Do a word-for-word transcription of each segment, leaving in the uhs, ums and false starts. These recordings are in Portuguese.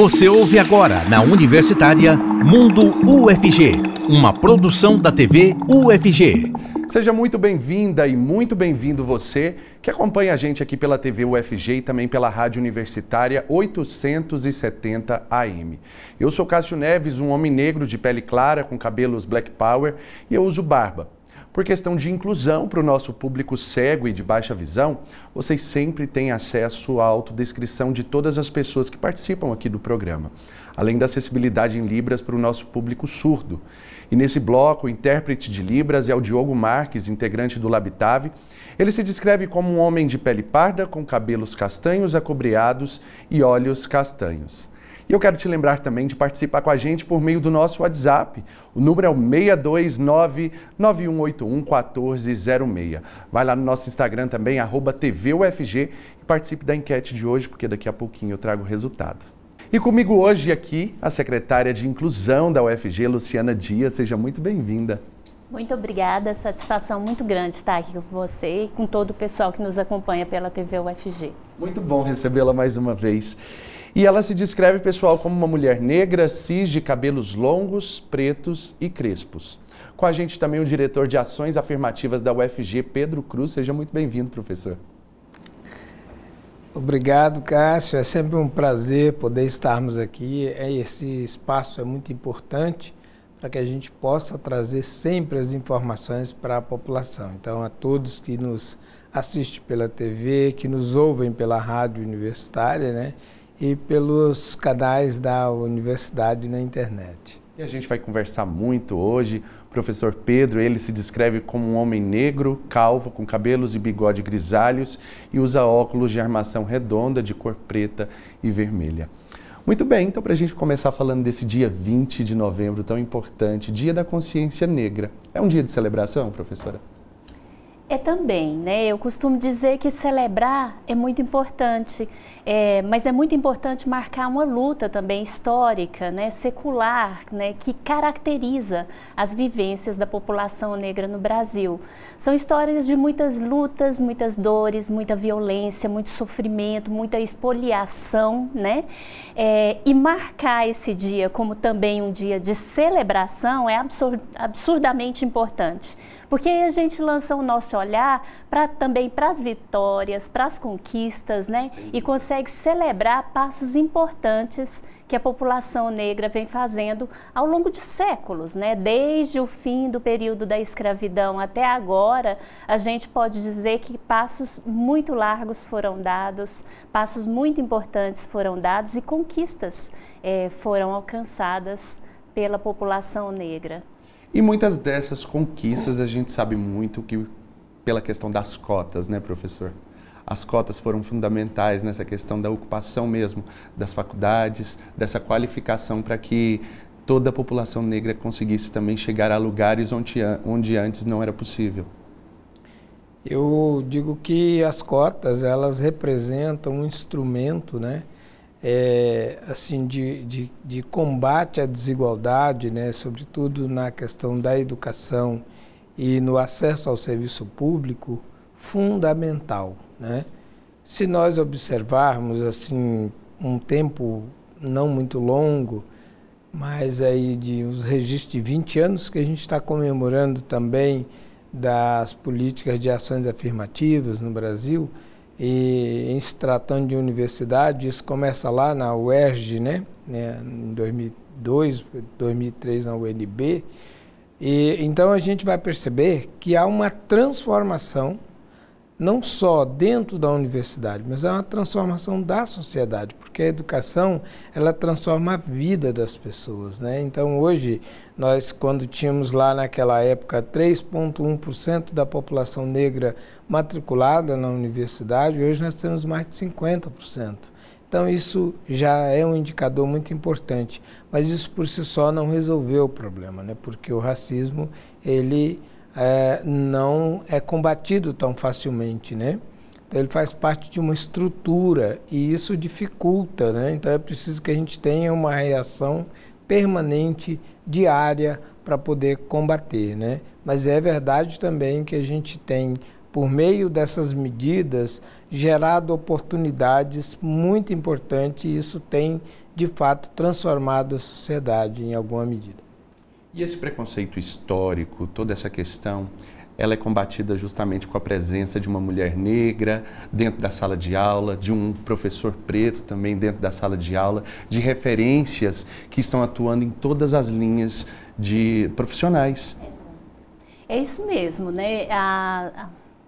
Você ouve agora na Universitária Mundo U F G, uma produção da T V U F G. Seja muito bem-vinda e muito bem-vindo você que acompanha a gente aqui pela T V U F G e também pela Rádio Universitária oitocentos e setenta A M. Eu sou Cássio Neves, um homem negro de pele clara com cabelos Black Power e eu uso barba. Por questão de inclusão para o nosso público cego e de baixa visão, vocês sempre têm acesso à autodescrição de todas as pessoas que participam aqui do programa, além da acessibilidade em Libras para o nosso público surdo. E nesse bloco, o intérprete de Libras é o Diogo Marques, integrante do Labitave. Ele se descreve como um homem de pele parda, com cabelos castanhos acobreados e olhos castanhos. E eu quero te lembrar também de participar com a gente por meio do nosso WhatsApp. O número é o seis dois nove, nove um oito um, um quatro zero seis. Vai lá no nosso Instagram também, arroba T V U F G, e participe da enquete de hoje, porque daqui a pouquinho eu trago o resultado. E comigo hoje aqui, a secretária de Inclusão da U F G, Luciana Dias. Seja muito bem-vinda. Muito obrigada, satisfação muito grande estar aqui com você e com todo o pessoal que nos acompanha pela T V U F G. Muito bom recebê-la mais uma vez. E ela se descreve, pessoal, como uma mulher negra, cis, de cabelos longos, pretos e crespos. Com a gente também o diretor de Ações Afirmativas da U F G, Pedro Cruz. Seja muito bem-vindo, professor. Obrigado, Cássio. É sempre um prazer poder estarmos aqui. Esse espaço é muito importante para que a gente possa trazer sempre as informações para a população. Então, a todos que nos assistem pela T V, que nos ouvem pela rádio universitária, né? E pelos canais da universidade na internet. E a gente vai conversar muito hoje. O professor Pedro, ele se descreve como um homem negro, calvo, com cabelos e bigode grisalhos e usa óculos de armação redonda, de cor preta e vermelha. Muito bem, então para a gente começar falando desse dia vinte de novembro tão importante, Dia da Consciência Negra. É um dia de celebração, professora? É também, né? Eu costumo dizer que celebrar é muito importante, é, mas é muito importante marcar uma luta também histórica, né, secular, né, que caracteriza as vivências da população negra no Brasil. São histórias de muitas lutas, muitas dores, muita violência, muito sofrimento, muita expoliação, né? É, e marcar esse dia como também um dia de celebração é absurd, absurdamente importante. Porque aí a gente lança o nosso olhar pra, também para as vitórias, para as conquistas, né? E consegue celebrar passos importantes que a população negra vem fazendo ao longo de séculos, né? Desde o fim do período da escravidão até agora, a gente pode dizer que passos muito largos foram dados, passos muito importantes foram dados e conquistas eh, foram alcançadas pela população negra. E muitas dessas conquistas a gente sabe muito que pela questão das cotas, né, professor? As cotas foram fundamentais nessa questão da ocupação mesmo das faculdades, dessa qualificação para que toda a população negra conseguisse também chegar a lugares onde, onde antes não era possível. Eu digo que as cotas, elas representam um instrumento, né? É, assim, de, de, de combate à desigualdade, né, sobretudo na questão da educação e no acesso ao serviço público, fundamental, né? Se nós observarmos assim um tempo não muito longo, mas aí de os registros de vinte anos que a gente está comemorando também das políticas de ações afirmativas no Brasil. E em se tratando de universidade, isso começa lá na U E R J, né? Em dois mil e dois, dois mil e três na U N B. E, então a gente vai perceber que há uma transformação, não só dentro da universidade, mas é uma transformação da sociedade, porque a educação, ela transforma a vida das pessoas, né? Então hoje, nós quando tínhamos lá naquela época três vírgula um por cento da população negra matriculada na universidade, hoje nós temos mais de cinquenta por cento. Então isso já é um indicador muito importante, mas isso por si só não resolveu o problema, né? Porque o racismo, ele é, não é combatido tão facilmente, né? Então ele faz parte de uma estrutura e isso dificulta, né? Então é preciso que a gente tenha uma reação permanente, diária, para poder combater, né? Mas é verdade também que a gente tem, por meio dessas medidas, gerado oportunidades muito importantes e isso tem de fato, transformado a sociedade em alguma medida. E esse preconceito histórico, toda essa questão, ela é combatida justamente com a presença de uma mulher negra dentro da sala de aula, de um professor preto também dentro da sala de aula, de referências que estão atuando em todas as linhas de profissionais. É isso mesmo, né? A,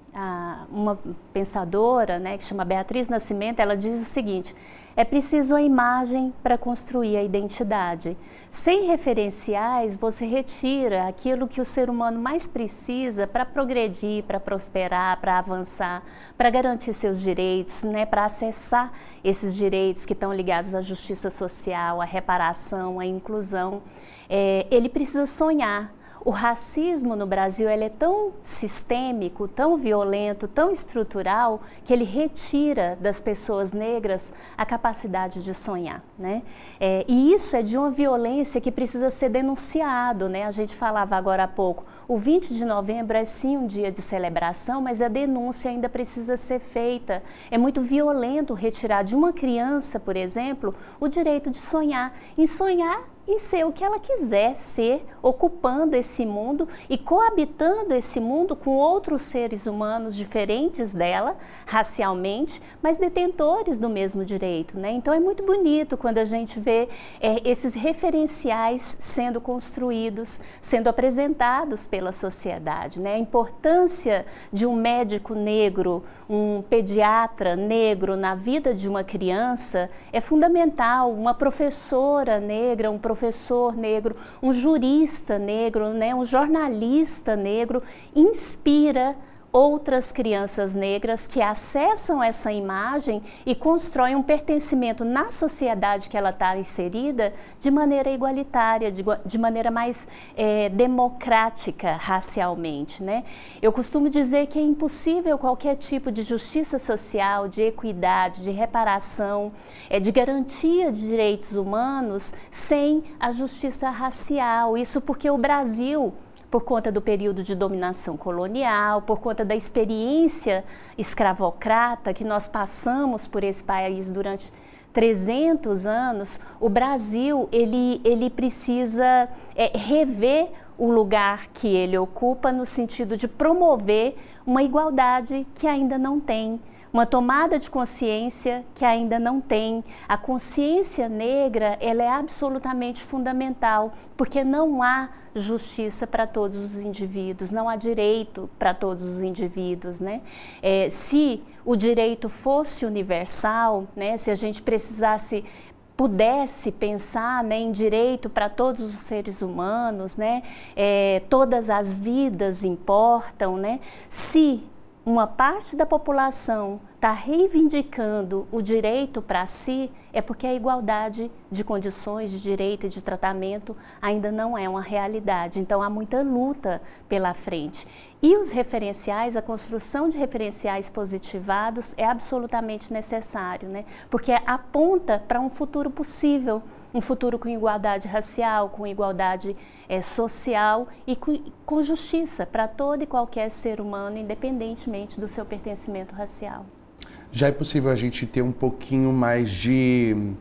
a, uma pensadora, né, que chama Beatriz Nascimento, ela diz o seguinte: é preciso a imagem para construir a identidade. Sem referenciais, você retira aquilo que o ser humano mais precisa para progredir, para prosperar, para avançar, para garantir seus direitos, né, para acessar esses direitos que estão ligados à justiça social, à reparação, à inclusão. É, ele precisa sonhar. O racismo no Brasil ele é tão sistêmico, tão violento, tão estrutural, que ele retira das pessoas negras a capacidade de sonhar, né? É, e isso é de uma violência que precisa ser denunciado, né? A gente falava agora há pouco, o vinte de novembro é sim um dia de celebração, mas a denúncia ainda precisa ser feita. É muito violento retirar de uma criança, por exemplo, o direito de sonhar. E sonhar e ser o que ela quiser ser, ocupando esse mundo e coabitando esse mundo com outros seres humanos diferentes dela, racialmente, mas detentores do mesmo direito, né? Então é muito bonito quando a gente vê é, esses referenciais sendo construídos, sendo apresentados pela sociedade, né? A importância de um médico negro, um pediatra negro na vida de uma criança é fundamental. Uma professora negra, um professor negro, um jurista negro, né, um jornalista negro, inspira outras crianças negras que acessam essa imagem e constroem um pertencimento na sociedade que ela está inserida de maneira igualitária, de, de maneira mais é, democrática racialmente, né? Eu costumo dizer que é impossível qualquer tipo de justiça social, de equidade, de reparação, é, de garantia de direitos humanos sem a justiça racial. Isso porque o Brasil, por conta do período de dominação colonial, por conta da experiência escravocrata que nós passamos por esse país durante trezentos anos, o Brasil ele, ele precisa é, rever o lugar que ele ocupa no sentido de promover uma igualdade que ainda não tem, uma tomada de consciência que ainda não tem. A consciência negra ela é absolutamente fundamental, porque não há justiça para todos os indivíduos, não há direito para todos os indivíduos, né? É, se o direito fosse universal, né, se a gente precisasse, pudesse pensar, né, em direito para todos os seres humanos, né, é, todas as vidas importam, né? Se uma parte da população está reivindicando o direito para si, é porque a igualdade de condições de direito e de tratamento ainda não é uma realidade. Então, há muita luta pela frente. E os referenciais, a construção de referenciais positivados é absolutamente necessário, né? Porque aponta para um futuro possível, um futuro com igualdade racial, com igualdade é, social e com, com justiça para todo e qualquer ser humano, independentemente do seu pertencimento racial. Já é possível a gente ter um pouquinho mais de,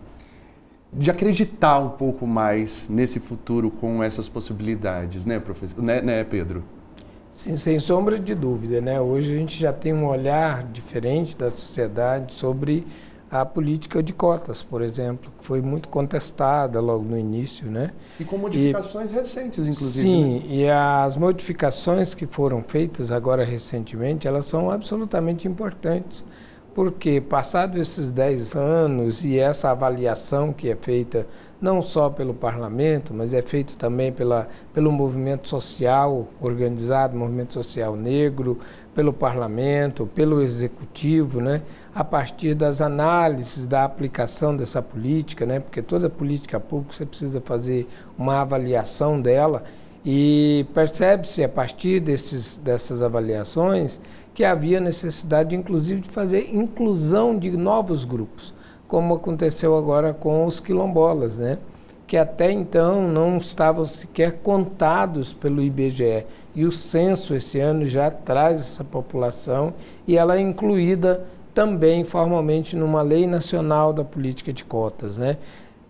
de acreditar um pouco mais nesse futuro com essas possibilidades, né, professor? Né, né, Pedro? Sim, sem sombra de dúvida, né? Hoje a gente já tem um olhar diferente da sociedade sobre a política de cotas, por exemplo, que foi muito contestada logo no início, né? E com modificações e, recentes, inclusive. Sim, né? E as modificações que foram feitas agora recentemente, elas são absolutamente importantes, porque passados esses dez anos e essa avaliação que é feita não só pelo parlamento, mas é feito também pela, pelo movimento social organizado, movimento social negro, pelo parlamento, pelo executivo, né? A partir das análises da aplicação dessa política, né? Porque toda política pública você precisa fazer uma avaliação dela e percebe-se a partir desses, dessas avaliações que havia necessidade, inclusive, de fazer inclusão de novos grupos, como aconteceu agora com os quilombolas, né? Que até então não estavam sequer contados pelo I B G E. E o censo esse ano já traz essa população e ela é incluída também formalmente numa lei nacional da política de cotas, né?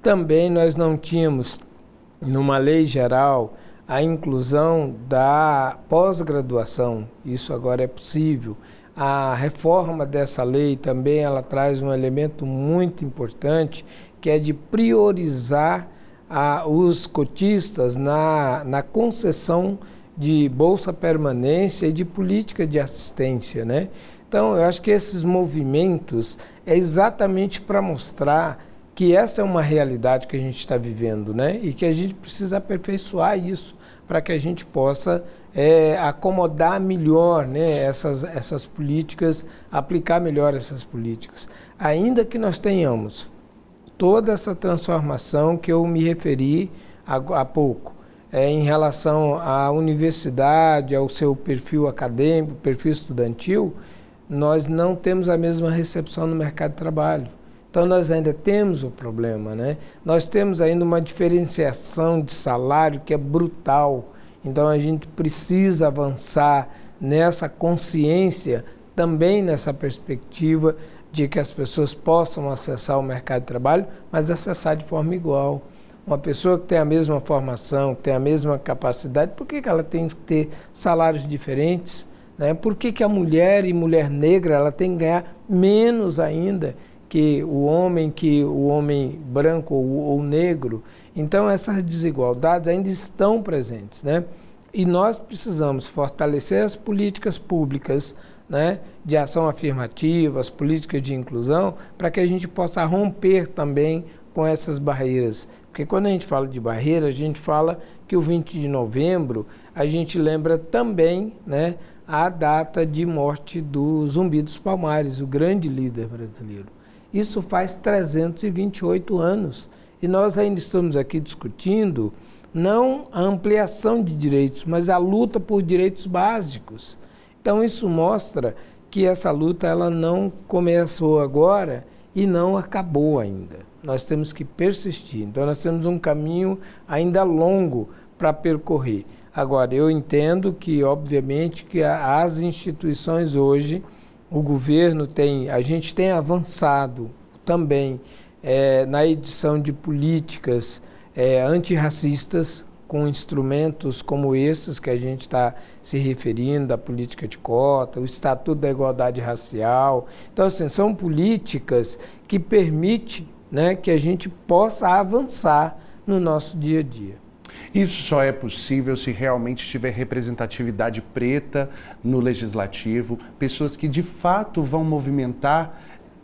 Também nós não tínhamos, numa lei geral, a inclusão da pós-graduação. Isso agora é possível. A reforma dessa lei também ela traz um elemento muito importante, que é de priorizar a, os cotistas na, na concessão de bolsa permanência e de política de assistência, né? Então, eu acho que esses movimentos é exatamente para mostrar que essa é uma realidade que a gente está vivendo, né? E que a gente precisa aperfeiçoar isso para que a gente possa é, acomodar melhor, né, essas, essas políticas, aplicar melhor essas políticas. Ainda que nós tenhamos toda essa transformação que eu me referi há, há pouco, é, em relação à universidade, ao seu perfil acadêmico, perfil estudantil, nós não temos a mesma recepção no mercado de trabalho. Então, nós ainda temos o problema, né? Nós temos ainda uma diferenciação de salário que é brutal. Então, a gente precisa avançar nessa consciência, também nessa perspectiva de que as pessoas possam acessar o mercado de trabalho, mas acessar de forma igual. Uma pessoa que tem a mesma formação, que tem a mesma capacidade, por que que ela tem que ter salários diferentes? Né? Por que que a mulher e mulher negra ela tem que ganhar menos ainda que o homem, que o homem branco ou, ou negro? Então, essas desigualdades ainda estão presentes, né? E nós precisamos fortalecer as políticas públicas, né, de ação afirmativa, as políticas de inclusão, para que a gente possa romper também com essas barreiras. Porque quando a gente fala de barreira, a gente fala que o vinte de novembro, a gente lembra também, né, a data de morte do Zumbi dos Palmares, o grande líder brasileiro. Isso faz trezentos e vinte e oito anos. E nós ainda estamos aqui discutindo não a ampliação de direitos, mas a luta por direitos básicos. Então isso mostra que essa luta ela não começou agora e não acabou ainda. Nós temos que persistir. Então nós temos um caminho ainda longo para percorrer. Agora, eu entendo que, obviamente, que as instituições hoje, o governo tem, a gente tem avançado também é, na edição de políticas é, antirracistas, com instrumentos como esses que a gente está se referindo, da política de cota, o Estatuto da Igualdade Racial. Então, assim, são políticas que permitem, né, que a gente possa avançar no nosso dia a dia. Isso só é possível se realmente tiver representatividade preta no legislativo, pessoas que de fato vão movimentar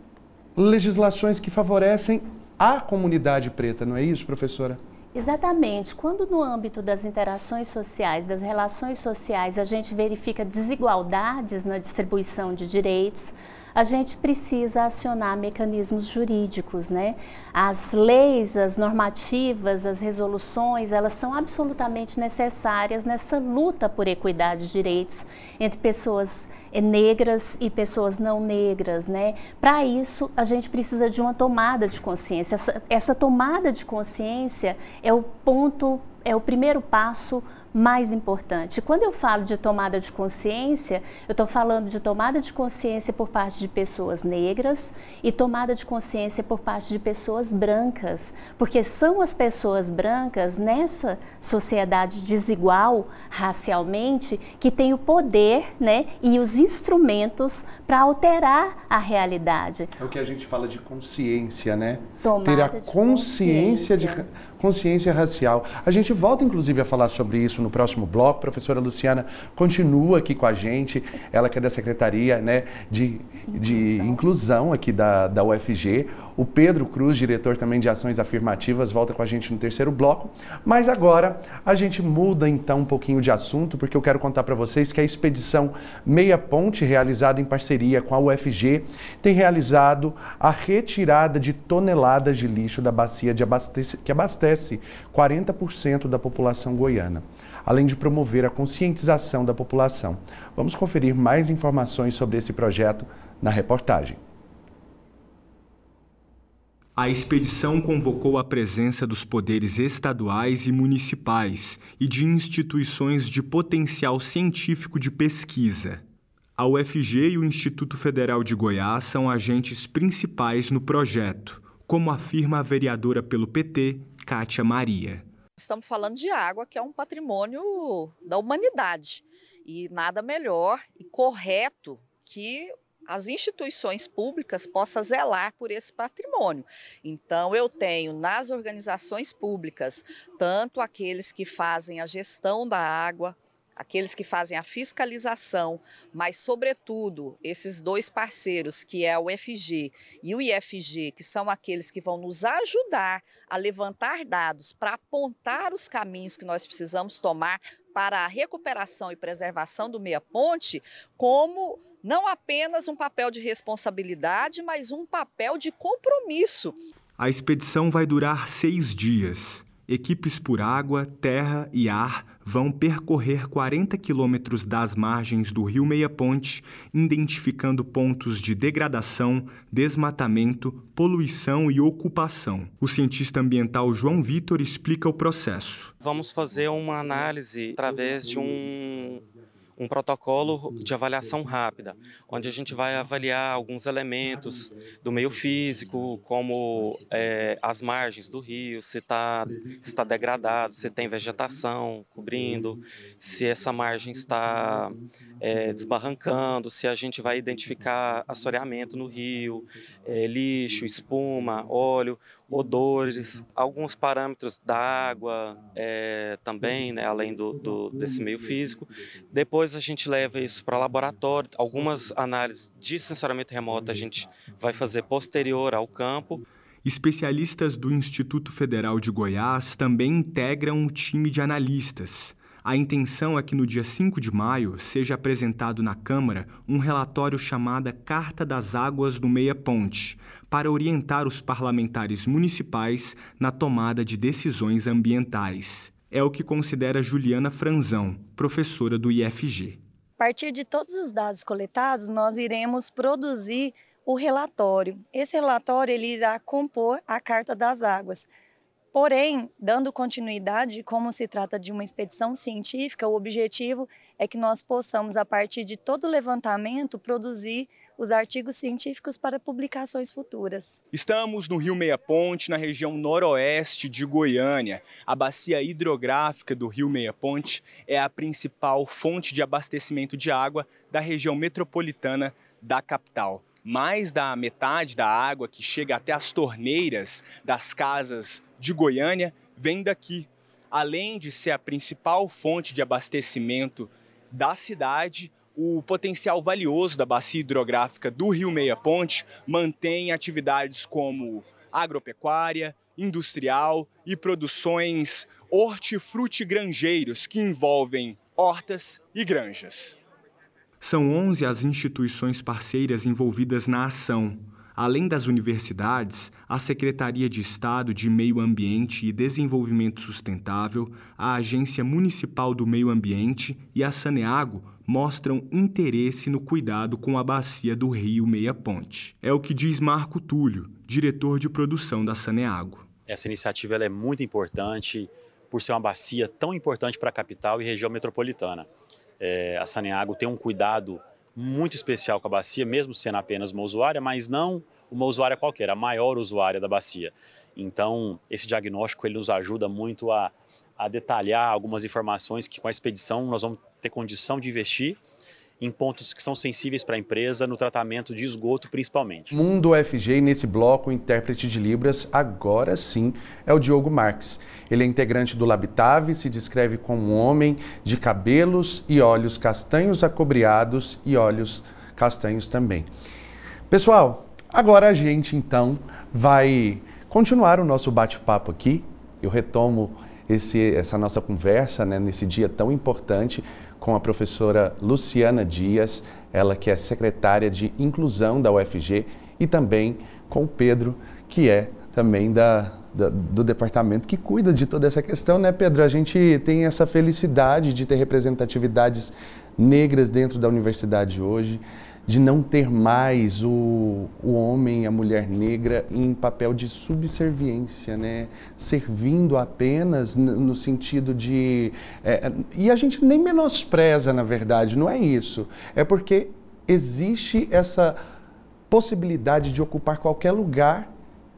legislações que favorecem a comunidade preta, não é isso, professora? Exatamente. Quando no âmbito das interações sociais, das relações sociais, a gente verifica desigualdades na distribuição de direitos, a gente precisa acionar mecanismos jurídicos, né? As leis, as normativas, as resoluções, elas são absolutamente necessárias nessa luta por equidade de direitos entre pessoas negras e pessoas não negras, né? Para isso, a gente precisa de uma tomada de consciência. Essa, essa tomada de consciência é o ponto, é o primeiro passo mais importante. Quando eu falo de tomada de consciência, eu estou falando de tomada de consciência por parte de pessoas negras e tomada de consciência por parte de pessoas brancas, porque são as pessoas brancas nessa sociedade desigual racialmente que têm o poder, né, e os instrumentos para alterar a realidade. É o que a gente fala de consciência, né? Tomada Ter a de consciência, consciência. de consciência racial. A gente volta, inclusive, a falar sobre isso no próximo bloco. A professora Luciana continua aqui com a gente, ela que é da Secretaria, né, de, de Inclusão aqui da, da U F G. O Pedro Cruz, diretor também de Ações Afirmativas, volta com a gente no terceiro bloco. Mas agora a gente muda então um pouquinho de assunto, porque eu quero contar para vocês que a expedição Meia Ponte, realizada em parceria com a U F G, tem realizado a retirada de toneladas de lixo da bacia de abastece, que abastece quarenta por cento da população goiana, além de promover a conscientização da população. Vamos conferir mais informações sobre esse projeto na reportagem. A expedição convocou a presença dos poderes estaduais e municipais e de instituições de potencial científico de pesquisa. A U F G e o Instituto Federal de Goiás são agentes principais no projeto, como afirma a vereadora pelo P T, Kátia Maria. Estamos falando de água, que é um patrimônio da humanidade. E nada melhor e correto que as instituições públicas possam zelar por esse patrimônio. Então, eu tenho nas organizações públicas, tanto aqueles que fazem a gestão da água, aqueles que fazem a fiscalização, mas, sobretudo, esses dois parceiros, que é o U F G e o I F G, que são aqueles que vão nos ajudar a levantar dados para apontar os caminhos que nós precisamos tomar para a recuperação e preservação do meia-ponte, como não apenas um papel de responsabilidade, mas um papel de compromisso. A expedição vai durar seis dias. Equipes por água, terra e ar vão percorrer quarenta quilômetros das margens do rio Meia-Ponte, identificando pontos de degradação, desmatamento, poluição e ocupação. O cientista ambiental João Vitor explica o processo. Vamos fazer uma análise através de um... um protocolo de avaliação rápida, onde a gente vai avaliar alguns elementos do meio físico, como é, as margens do rio, se está se tá degradado, se tem vegetação cobrindo, se essa margem está é, desbarrancando, se a gente vai identificar assoreamento no rio, é, lixo, espuma, óleo, odores, alguns parâmetros da água é, também, né, além do, do, desse meio físico. Depois a gente leva isso para o laboratório, algumas análises de sensoriamento remoto a gente vai fazer posterior ao campo. Especialistas do Instituto Federal de Goiás também integram um time de analistas. A intenção é que no dia cinco de maio seja apresentado na Câmara um relatório chamado Carta das Águas do Meia-Ponte, para orientar os parlamentares municipais na tomada de decisões ambientais. É o que considera Juliana Franzão, professora do I F G. A partir de todos os dados coletados, nós iremos produzir o relatório. Esse relatório ele irá compor a Carta das Águas. Porém, dando continuidade, como se trata de uma expedição científica, o objetivo é que nós possamos, a partir de todo o levantamento, produzir os artigos científicos para publicações futuras. Estamos no rio Meia-Ponte, na região noroeste de Goiânia. A bacia hidrográfica do rio Meia-Ponte é a principal fonte de abastecimento de água da região metropolitana da capital. Mais da metade da água que chega até as torneiras das casas de Goiânia vem daqui. Além de ser a principal fonte de abastecimento da cidade, o potencial valioso da bacia hidrográfica do rio Meia-Ponte mantém atividades como agropecuária, industrial e produções hortifrutigranjeiros que envolvem hortas e granjas. São onze as instituições parceiras envolvidas na ação. Além das universidades, a Secretaria de Estado de Meio Ambiente e Desenvolvimento Sustentável, a Agência Municipal do Meio Ambiente e a Saneago mostram interesse no cuidado com a bacia do rio Meia-Ponte. É o que diz Marco Túlio, diretor de produção da Saneago. Essa iniciativa ela é muito importante por ser uma bacia tão importante para a capital e região metropolitana. É, a Saneago tem um cuidado muito especial com a bacia, mesmo sendo apenas uma usuária, mas não uma usuária qualquer, a maior usuária da bacia. Então, esse diagnóstico ele nos ajuda muito a, a detalhar algumas informações que com a expedição nós vamos ter condição de investir em pontos que são sensíveis para a empresa, no tratamento de esgoto principalmente. Mundo U F G, e nesse bloco, o intérprete de Libras, agora sim, é o Diogo Marques. Ele é integrante do Labitave, se descreve como um homem de cabelos e olhos castanhos acobreados e olhos castanhos também. Pessoal, agora a gente então vai continuar o nosso bate-papo aqui. Eu retomo esse, essa nossa conversa, né, nesse dia tão importante com a professora Luciana Dias, ela que é secretária de Inclusão da U F G, e também com o Pedro, que é também da, da, do departamento que cuida de toda essa questão, né, Pedro? A gente tem essa felicidade de ter representatividades negras dentro da universidade hoje, de não ter mais o, o homem e a mulher negra em papel de subserviência, né? Servindo apenas no sentido de... É, e a gente nem menospreza, na verdade, não é isso. É porque existe essa possibilidade de ocupar qualquer lugar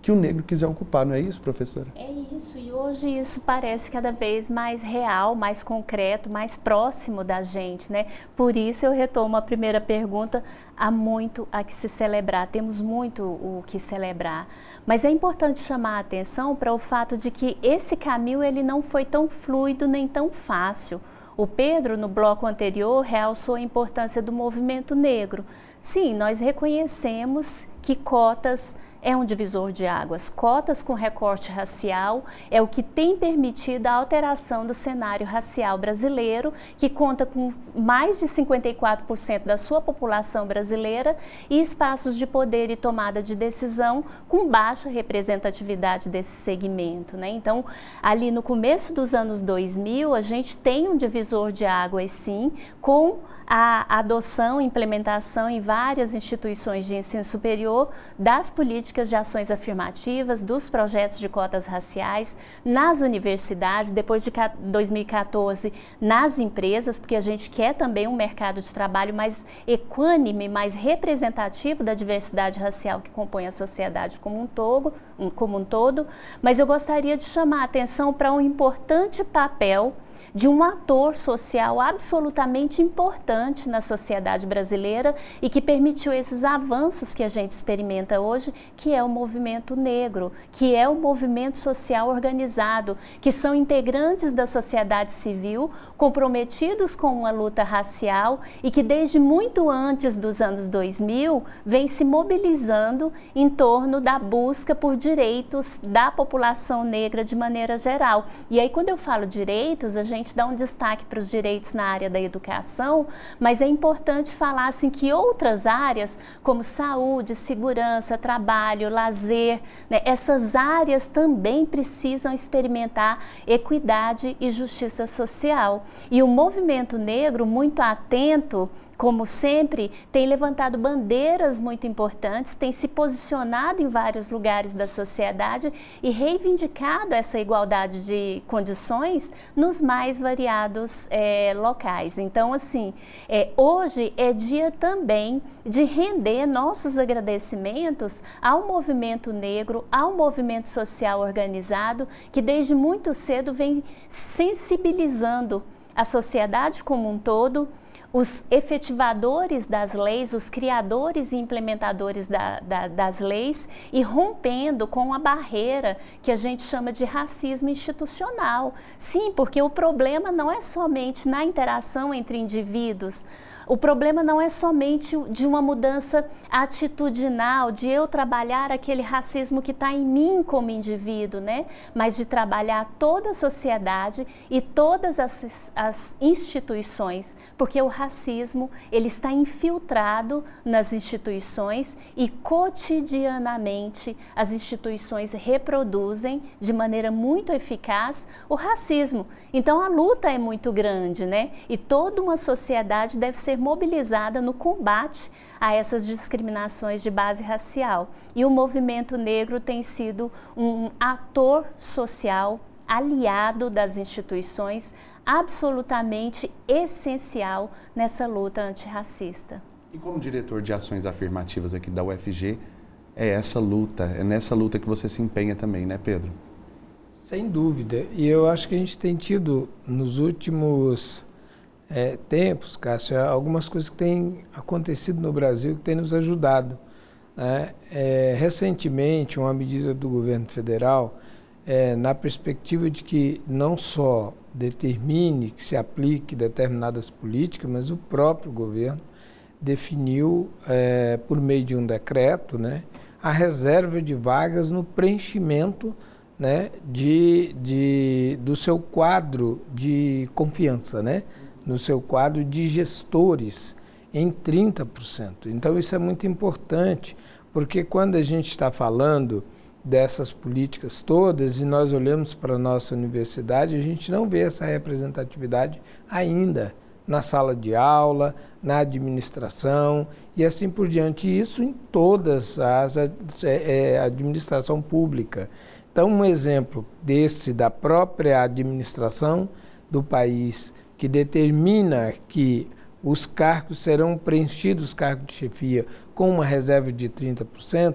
que o negro quiser ocupar, não é isso, professora? É isso, e hoje isso parece cada vez mais real, mais concreto, mais próximo da gente, né? Por isso eu retomo a primeira pergunta, há muito a que se celebrar, temos muito o que celebrar. Mas é importante chamar a atenção para o fato de que esse caminho ele não foi tão fluido nem tão fácil. O Pedro, no bloco anterior, realçou a importância do movimento negro. Sim, nós reconhecemos que cotas é um divisor de águas. Cotas com recorte racial é o que tem permitido a alteração do cenário racial brasileiro, que conta com mais de cinquenta e quatro por cento da sua população brasileira e espaços de poder e tomada de decisão com baixa representatividade desse segmento, né? Então, ali no começo dos anos dois mil, a gente tem um divisor de águas, sim, com a adoção e implementação em várias instituições de ensino superior das políticas de ações afirmativas, dos projetos de cotas raciais, nas universidades, depois de dois mil e quatorze, nas empresas, porque a gente quer também um mercado de trabalho mais equânime, mais representativo da diversidade racial que compõe a sociedade como um todo, como um todo. Mas eu gostaria de chamar a atenção para um importante papel de um ator social absolutamente importante na sociedade brasileira e que permitiu esses avanços que a gente experimenta hoje, que é o movimento negro, que é o movimento social organizado, que são integrantes da sociedade civil, comprometidos com uma luta racial e que desde muito antes dos anos dois mil vem se mobilizando em torno da busca por direitos da população negra de maneira geral. E aí, quando eu falo direitos, a gente dá um destaque para os direitos na área da educação, mas é importante falar assim, que outras áreas, como saúde, segurança, trabalho, lazer, né, essas áreas também precisam experimentar equidade e justiça social. E o movimento negro, muito atento, como sempre, tem levantado bandeiras muito importantes, tem se posicionado em vários lugares da sociedade e reivindicado essa igualdade de condições nos mais variados é, locais. Então, assim, é, hoje é dia também de render nossos agradecimentos ao movimento negro, ao movimento social organizado, que desde muito cedo vem sensibilizando a sociedade como um todo, os efetivadores das leis, os criadores e implementadores da, da, das leis e rompendo com a barreira que a gente chama de racismo institucional. Sim, porque o problema não é somente na interação entre indivíduos. O problema não é somente de uma mudança atitudinal, de eu trabalhar aquele racismo que está em mim como indivíduo, né? Mas de trabalhar toda a sociedade e todas as, as instituições, porque o racismo ele está infiltrado nas instituições e cotidianamente as instituições reproduzem de maneira muito eficaz o racismo. Então a luta é muito grande, né? E toda uma sociedade deve ser mobilizada no combate a essas discriminações de base racial. E o movimento negro tem sido um ator social, aliado das instituições, absolutamente essencial nessa luta antirracista. E como diretor de ações afirmativas aqui da U F G, é essa luta, é nessa luta que você se empenha também, né, Pedro? Sem dúvida. E eu acho que a gente tem tido nos últimos É, tempos, Cássio, algumas coisas que têm acontecido no Brasil que têm nos ajudado. Né? É, recentemente, uma medida do governo federal, é, na perspectiva de que não só determine que se aplique determinadas políticas, mas o próprio governo definiu, é, por meio de um decreto, né, a reserva de vagas no preenchimento, né, de, de, do seu quadro de confiança, né? no seu quadro de gestores em trinta por cento. Então isso é muito importante, porque quando a gente está falando dessas políticas todas e nós olhamos para a nossa universidade, a gente não vê essa representatividade ainda na sala de aula, na administração e assim por diante. E isso em todas as é, é, administração pública. Então um exemplo desse da própria administração do país, que determina que os cargos serão preenchidos, os cargos de chefia, com uma reserva de trinta por cento,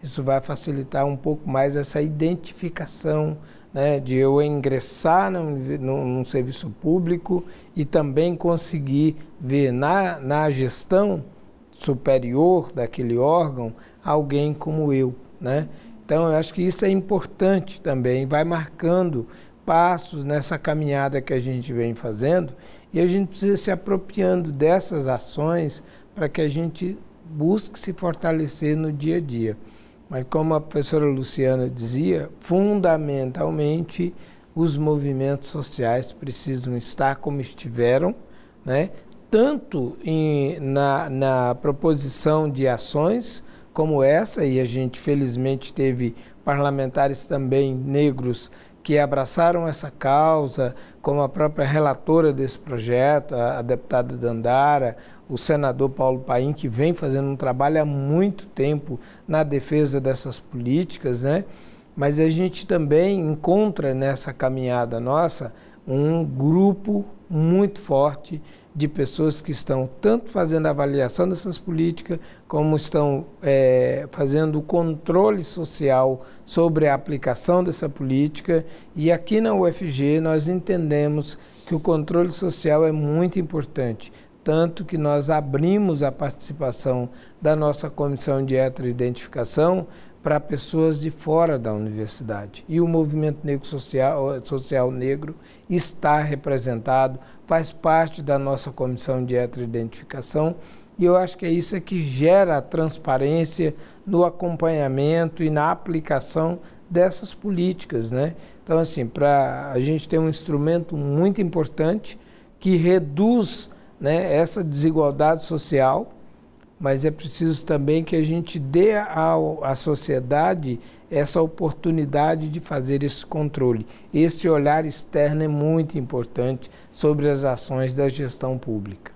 isso vai facilitar um pouco mais essa identificação, né, de eu ingressar num, num, num serviço público e também conseguir ver na, na gestão superior daquele órgão alguém como eu, né? Então, eu acho que isso é importante também, vai marcando passos nessa caminhada que a gente vem fazendo e a gente precisa se apropriando dessas ações para que a gente busque se fortalecer no dia a dia. Mas como a professora Luciana dizia, fundamentalmente os movimentos sociais precisam estar como estiveram, né? Tanto em, na, na proposição de ações como essa, e a gente felizmente teve parlamentares também negros que abraçaram essa causa, como a própria relatora desse projeto, a, a deputada Dandara, o senador Paulo Paim, que vem fazendo um trabalho há muito tempo na defesa dessas políticas, né? Mas a gente também encontra nessa caminhada nossa um grupo muito forte de pessoas que estão tanto fazendo a avaliação dessas políticas, como estão é, fazendo o controle social sobre a aplicação dessa política. E aqui na U F G nós entendemos que o controle social é muito importante, tanto que nós abrimos a participação da nossa comissão de heteroidentificação para pessoas de fora da universidade. E o movimento negro social, social negro está representado, faz parte da nossa comissão de heteroidentificação, e eu acho que é isso que gera a transparência no acompanhamento e na aplicação dessas políticas, né? Então, assim, para a gente ter um instrumento muito importante que reduz, né, essa desigualdade social, mas é preciso também que a gente dê ao, à sociedade essa oportunidade de fazer esse controle. Esse olhar externo é muito importante sobre as ações da gestão pública.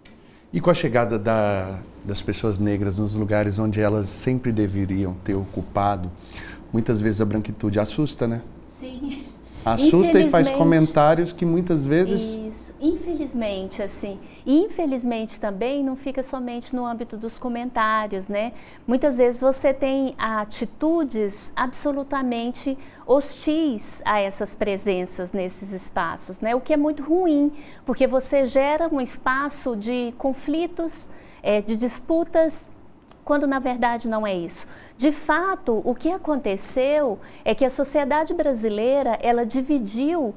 E com a chegada da, das pessoas negras nos lugares onde elas sempre deveriam ter ocupado, muitas vezes a branquitude assusta, né? Sim. Assusta e faz comentários que muitas vezes... Isso, infelizmente, assim. E infelizmente também não fica somente no âmbito dos comentários, né? Muitas vezes você tem atitudes absolutamente hostis a essas presenças nesses espaços, né? O que é muito ruim, porque você gera um espaço de conflitos, é, de disputas, quando na verdade não é isso. De fato, o que aconteceu é que a sociedade brasileira, ela dividiu,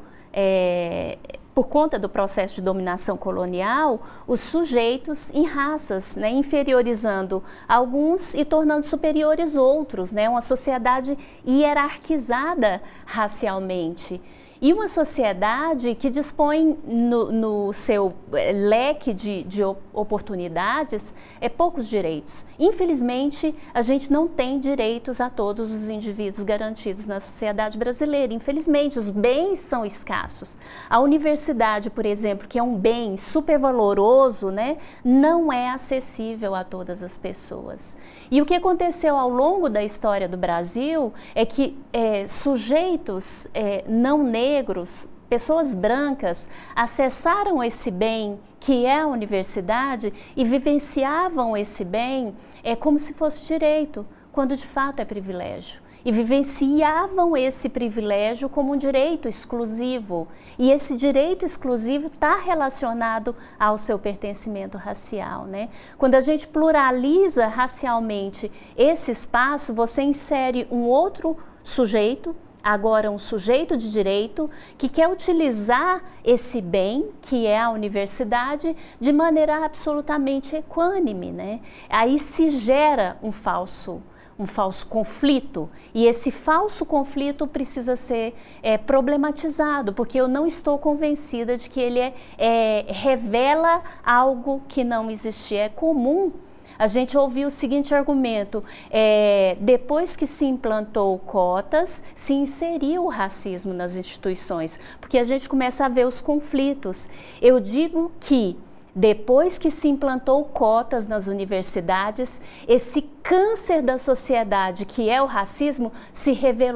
é, por conta do processo de dominação colonial, os sujeitos em raças, né, inferiorizando alguns e tornando superiores outros, né, uma sociedade hierarquizada racialmente. E uma sociedade que dispõe no, no seu leque de, de oportunidades é poucos direitos. Infelizmente, a gente não tem direitos a todos os indivíduos garantidos na sociedade brasileira. Infelizmente, os bens são escassos. A universidade, por exemplo, que é um bem super valoroso, né, não é acessível a todas as pessoas. E o que aconteceu ao longo da história do Brasil é que é, sujeitos é, não negros, negros, pessoas brancas, acessaram esse bem que é a universidade e vivenciavam esse bem é, como se fosse direito, quando de fato é privilégio. E vivenciavam esse privilégio como um direito exclusivo. E esse direito exclusivo está relacionado ao seu pertencimento racial, né? Quando a gente pluraliza racialmente esse espaço, você insere um outro sujeito, agora um sujeito de direito, que quer utilizar esse bem, que é a universidade, de maneira absolutamente equânime, né? Aí se gera um falso, um falso conflito, e esse falso conflito precisa ser é, problematizado, porque eu não estou convencida de que ele é, é, revela algo que não existia. É comum a gente ouviu o seguinte argumento, é, depois que se implantou cotas, se inseriu o racismo nas instituições, porque a gente começa a ver os conflitos. Eu digo que depois que se implantou cotas nas universidades, esse câncer da sociedade que é o racismo se revelou,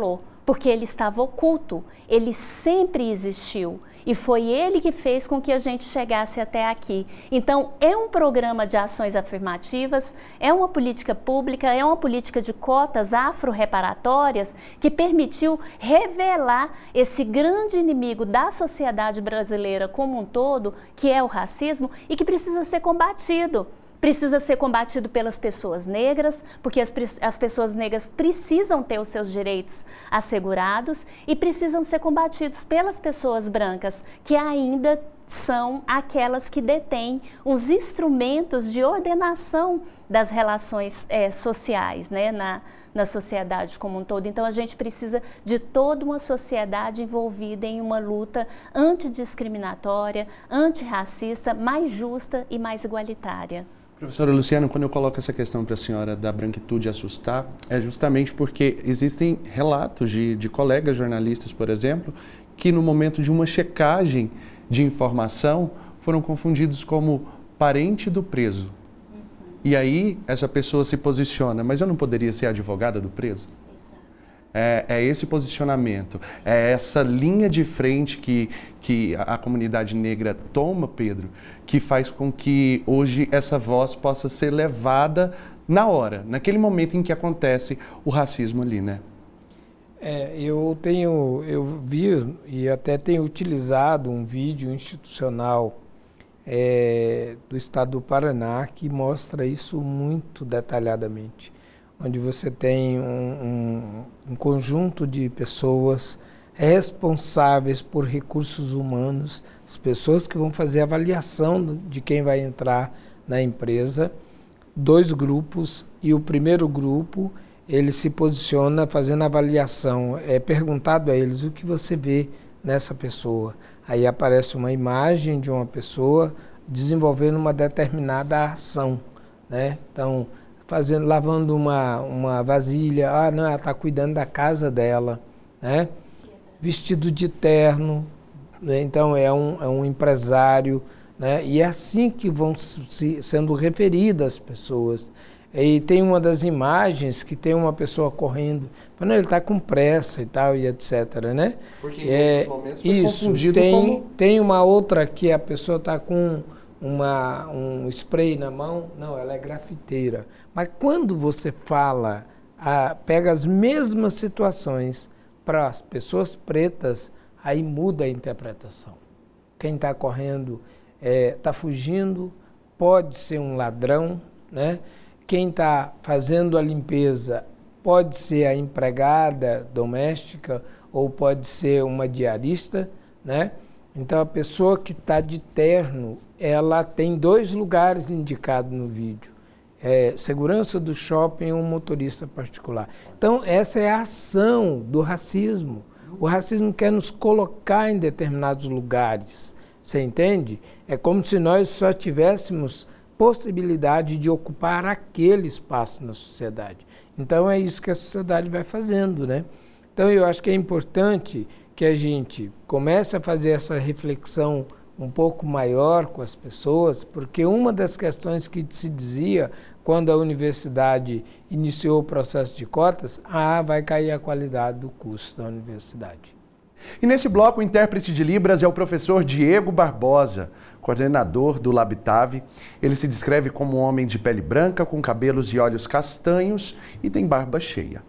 porque ele estava oculto, ele sempre existiu. E foi ele que fez com que a gente chegasse até aqui. Então, é um programa de ações afirmativas, é uma política pública, é uma política de cotas afro-reparatórias que permitiu revelar esse grande inimigo da sociedade brasileira como um todo, que é o racismo, e que precisa ser combatido. Precisa ser combatido pelas pessoas negras, porque as, as pessoas negras precisam ter os seus direitos assegurados e precisam ser combatidos pelas pessoas brancas, que ainda são aquelas que detêm os instrumentos de ordenação das relações é, sociais, né, na, na sociedade como um todo. Então, a gente precisa de toda uma sociedade envolvida em uma luta antidiscriminatória, antirracista, mais justa e mais igualitária. Professora Luciana, quando eu coloco essa questão para a senhora da branquitude assustar, é justamente porque existem relatos de, de colegas jornalistas, por exemplo, que no momento de uma checagem de informação foram confundidos como parente do preso. Uhum. E aí essa pessoa se posiciona, mas eu não poderia ser advogada do preso? É, é esse posicionamento, é essa linha de frente que, que a, a comunidade negra toma, Pedro, que faz com que hoje essa voz possa ser levada na hora, naquele momento em que acontece o racismo ali, né? É, eu tenho, eu vi e até tenho utilizado um vídeo institucional é, do estado do Paraná que mostra isso muito detalhadamente, onde você tem um, um, um conjunto de pessoas responsáveis por recursos humanos, as pessoas que vão fazer a avaliação de quem vai entrar na empresa, dois grupos, e o primeiro grupo, ele se posiciona fazendo a avaliação, é perguntado a eles o que você vê nessa pessoa. Aí aparece uma imagem de uma pessoa desenvolvendo uma determinada ação, né? Então, fazendo, lavando uma, uma vasilha, ah, não, ela está cuidando da casa dela, né? Vestido de terno, né? Então é um, é um empresário, né? E é assim que vão se, sendo referidas as pessoas. E tem uma das imagens que tem uma pessoa correndo, mas ele está com pressa e tal, e etcétera, né? Porque em é, muitos momentos foi isso, confundido tem, como... tem uma outra que a pessoa está com uma, um spray na mão, não, ela é grafiteira. Mas quando você fala, ah, pega as mesmas situações para as pessoas pretas, aí muda a interpretação. Quem está correndo está é, fugindo, pode ser um ladrão, né? Quem está fazendo a limpeza pode ser a empregada doméstica ou pode ser uma diarista, né? Então, a pessoa que está de terno, ela tem dois lugares indicados no vídeo. É, segurança do shopping e um motorista particular. Então, essa é a ação do racismo. O racismo quer nos colocar em determinados lugares, você entende? É como se nós só tivéssemos possibilidade de ocupar aquele espaço na sociedade. Então, é isso que a sociedade vai fazendo, né? Então, eu acho que é importante que a gente comece a fazer essa reflexão um pouco maior com as pessoas, porque uma das questões que se dizia quando a universidade iniciou o processo de cotas, ah, vai cair a qualidade do curso da universidade. E nesse bloco, o intérprete de Libras é o professor Diego Barbosa, coordenador do Labitave. Ele se descreve como um homem de pele branca, com cabelos e olhos castanhos e tem barba cheia.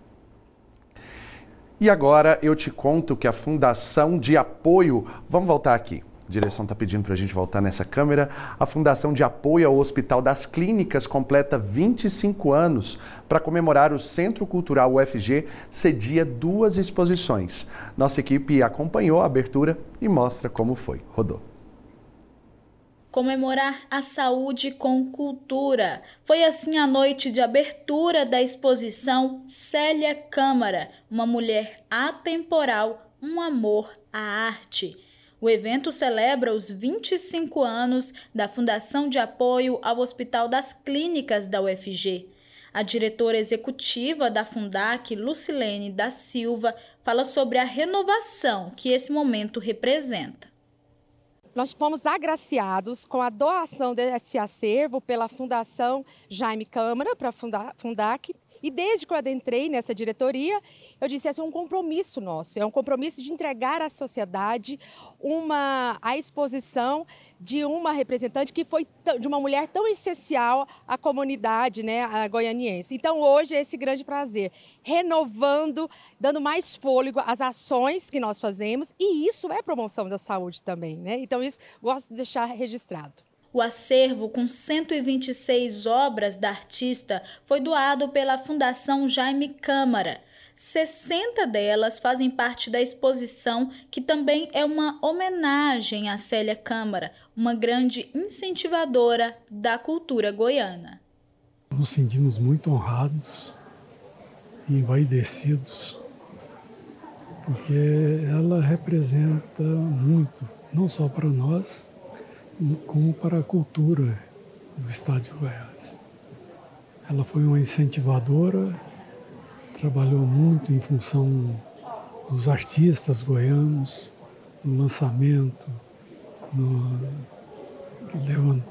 E agora eu te conto que a Fundação de Apoio... Vamos voltar aqui. A direção está pedindo para a gente voltar nessa câmera. A Fundação de Apoio ao Hospital das Clínicas completa vinte e cinco anos. Para comemorar, o Centro Cultural U F G cedia duas exposições. Nossa equipe acompanhou a abertura e mostra como foi. Rodou. Comemorar a saúde com cultura. Foi assim a noite de abertura da exposição Célia Câmara, uma mulher atemporal, um amor à arte. O evento celebra os vinte e cinco anos da Fundação de Apoio ao Hospital das Clínicas da U F G. A diretora executiva da Fundac, Lucilene da Silva, fala sobre a renovação que esse momento representa. Nós fomos agraciados com a doação desse acervo pela Fundação Jaime Câmara para a Fundac E desde que eu adentrei nessa diretoria, eu disse, esse é um compromisso nosso, é um compromisso de entregar à sociedade uma, a exposição de uma representante que foi de uma mulher tão essencial à comunidade, né, a goianiense. Então hoje é esse grande prazer, renovando, dando mais fôlego às ações que nós fazemos, e isso é promoção da saúde também, né? Então isso gosto de deixar registrado. O acervo, com cento e vinte e seis obras da artista, foi doado pela Fundação Jaime Câmara. sessenta delas fazem parte da exposição, que também é uma homenagem a Célia Câmara, uma grande incentivadora da cultura goiana. Nos sentimos muito honrados e envaidecidos, porque ela representa muito, não só para nós, como para a cultura do estado de Goiás. Ela foi uma incentivadora, trabalhou muito em função dos artistas goianos, no lançamento, no, levando,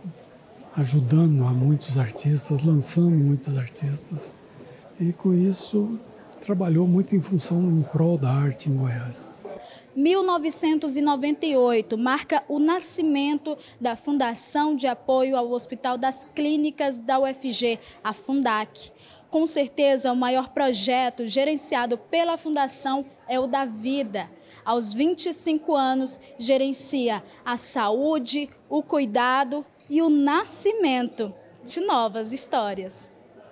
ajudando a muitos artistas, lançando muitos artistas, e com isso trabalhou muito em função, em prol da arte em Goiás. mil novecentos e noventa e oito marca o nascimento da Fundação de Apoio ao Hospital das Clínicas da U F G, a Fundac. Com certeza, o maior projeto gerenciado pela Fundação é o da vida. Aos vinte e cinco anos, gerencia a saúde, o cuidado e o nascimento de novas histórias.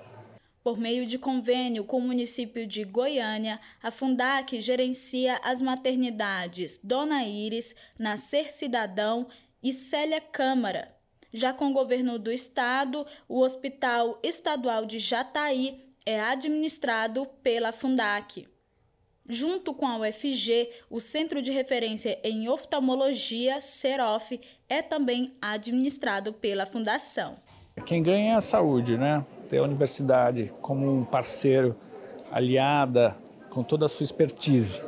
Por meio de convênio com o município de Goiânia, a Fundac gerencia as maternidades Dona Iris, Nascer Cidadão e Célia Câmara. Já com o governo do estado, o Hospital Estadual de Jataí é administrado pela Fundac. Junto com a U F G, o Centro de Referência em Oftalmologia, CEROF, é também administrado pela Fundação. Quem ganha é a saúde, né? Ter a universidade como um parceiro, aliada com toda a sua expertise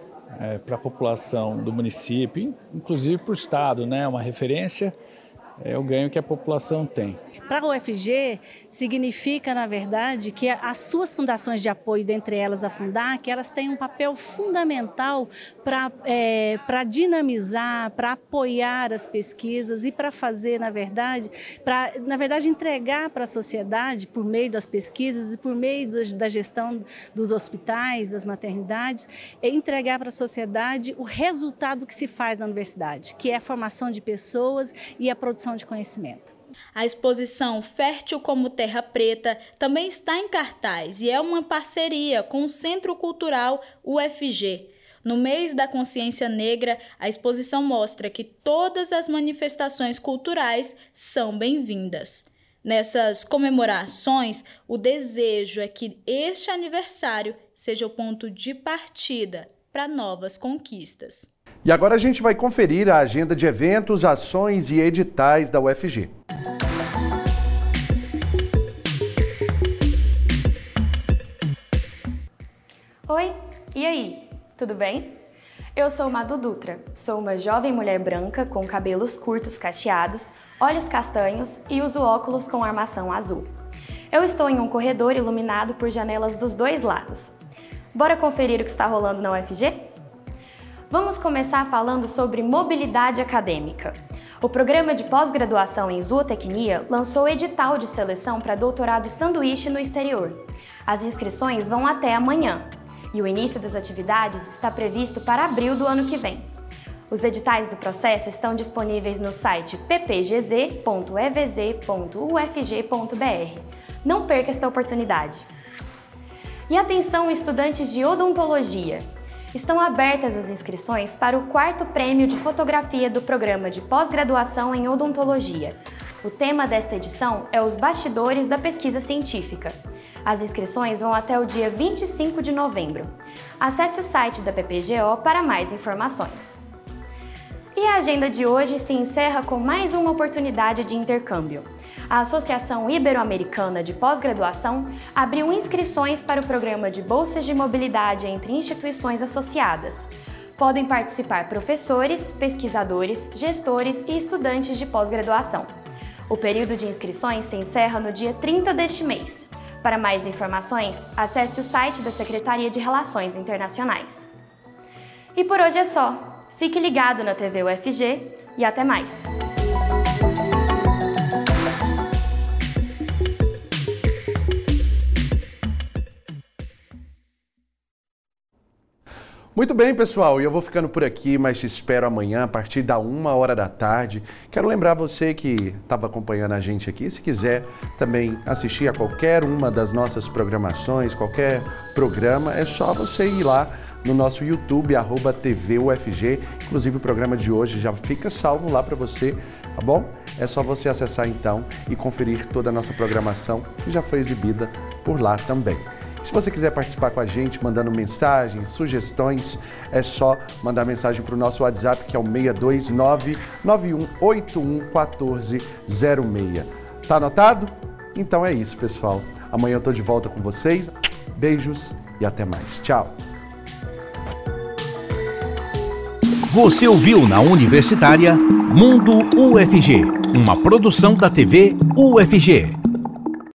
é, para a população do município, inclusive para o estado, né? Uma referência é o ganho que a população tem. Para a U F G, significa, na verdade, que as suas fundações de apoio, dentre elas a Fundac, elas têm um papel fundamental para é, para dinamizar, para apoiar as pesquisas e para fazer, na verdade, para, na verdade, entregar para a sociedade, por meio das pesquisas e por meio da gestão dos hospitais, das maternidades, é entregar para a sociedade o resultado que se faz na universidade, que é a formação de pessoas e a produção de conhecimento. A exposição Fértil como Terra Preta também está em cartaz e é uma parceria com o Centro Cultural U F G. No mês da consciência negra, a exposição mostra que todas as manifestações culturais são bem-vindas. Nessas comemorações, o desejo é que este aniversário seja o ponto de partida para novas conquistas. E agora a gente vai conferir a agenda de eventos, ações e editais da U F G. Oi, e aí? Tudo bem? Eu sou Madu Dutra, sou uma jovem mulher branca com cabelos curtos cacheados, olhos castanhos e uso óculos com armação azul. Eu estou em um corredor iluminado por janelas dos dois lados. Bora conferir o que está rolando na U F G? Vamos começar falando sobre mobilidade acadêmica. O programa de pós-graduação em zootecnia lançou edital de seleção para doutorado sanduíche no exterior. As inscrições vão até amanhã e o início das atividades está previsto para abril do ano que vem. Os editais do processo estão disponíveis no site p p g z ponto e v z ponto u f g ponto b r. Não perca esta oportunidade! E atenção, estudantes de odontologia! Estão abertas as inscrições para o quarto prêmio de fotografia do programa de pós-graduação em odontologia. O tema desta edição é os bastidores da pesquisa científica. As inscrições vão até o dia vinte e cinco de novembro. Acesse o site da P P G O para mais informações. E a agenda de hoje se encerra com mais uma oportunidade de intercâmbio. A Associação Ibero-Americana de Pós-Graduação abriu inscrições para o programa de bolsas de mobilidade entre instituições associadas. Podem participar professores, pesquisadores, gestores e estudantes de pós-graduação. O período de inscrições se encerra no dia trinta deste mês. Para mais informações, acesse o site da Secretaria de Relações Internacionais. E por hoje é só. Fique ligado na T V U F G e até mais! Muito bem, pessoal, e eu vou ficando por aqui, mas te espero amanhã a partir da uma hora da tarde. Quero lembrar você que estava acompanhando a gente aqui, se quiser também assistir a qualquer uma das nossas programações, qualquer programa, é só você ir lá no nosso YouTube, arroba T V U F G. Inclusive o programa de hoje já fica salvo lá para você, tá bom? É só você acessar então e conferir toda a nossa programação que já foi exibida por lá também. Se você quiser participar com a gente, mandando mensagens, sugestões, é só mandar mensagem para o nosso WhatsApp, que é o seis dois nove, nove um oito um um quatro zero seis. Tá anotado? Então é isso, pessoal. Amanhã eu tô de volta com vocês. Beijos e até mais. Tchau. Você ouviu na Universitária Mundo U F G, uma produção da T V U F G.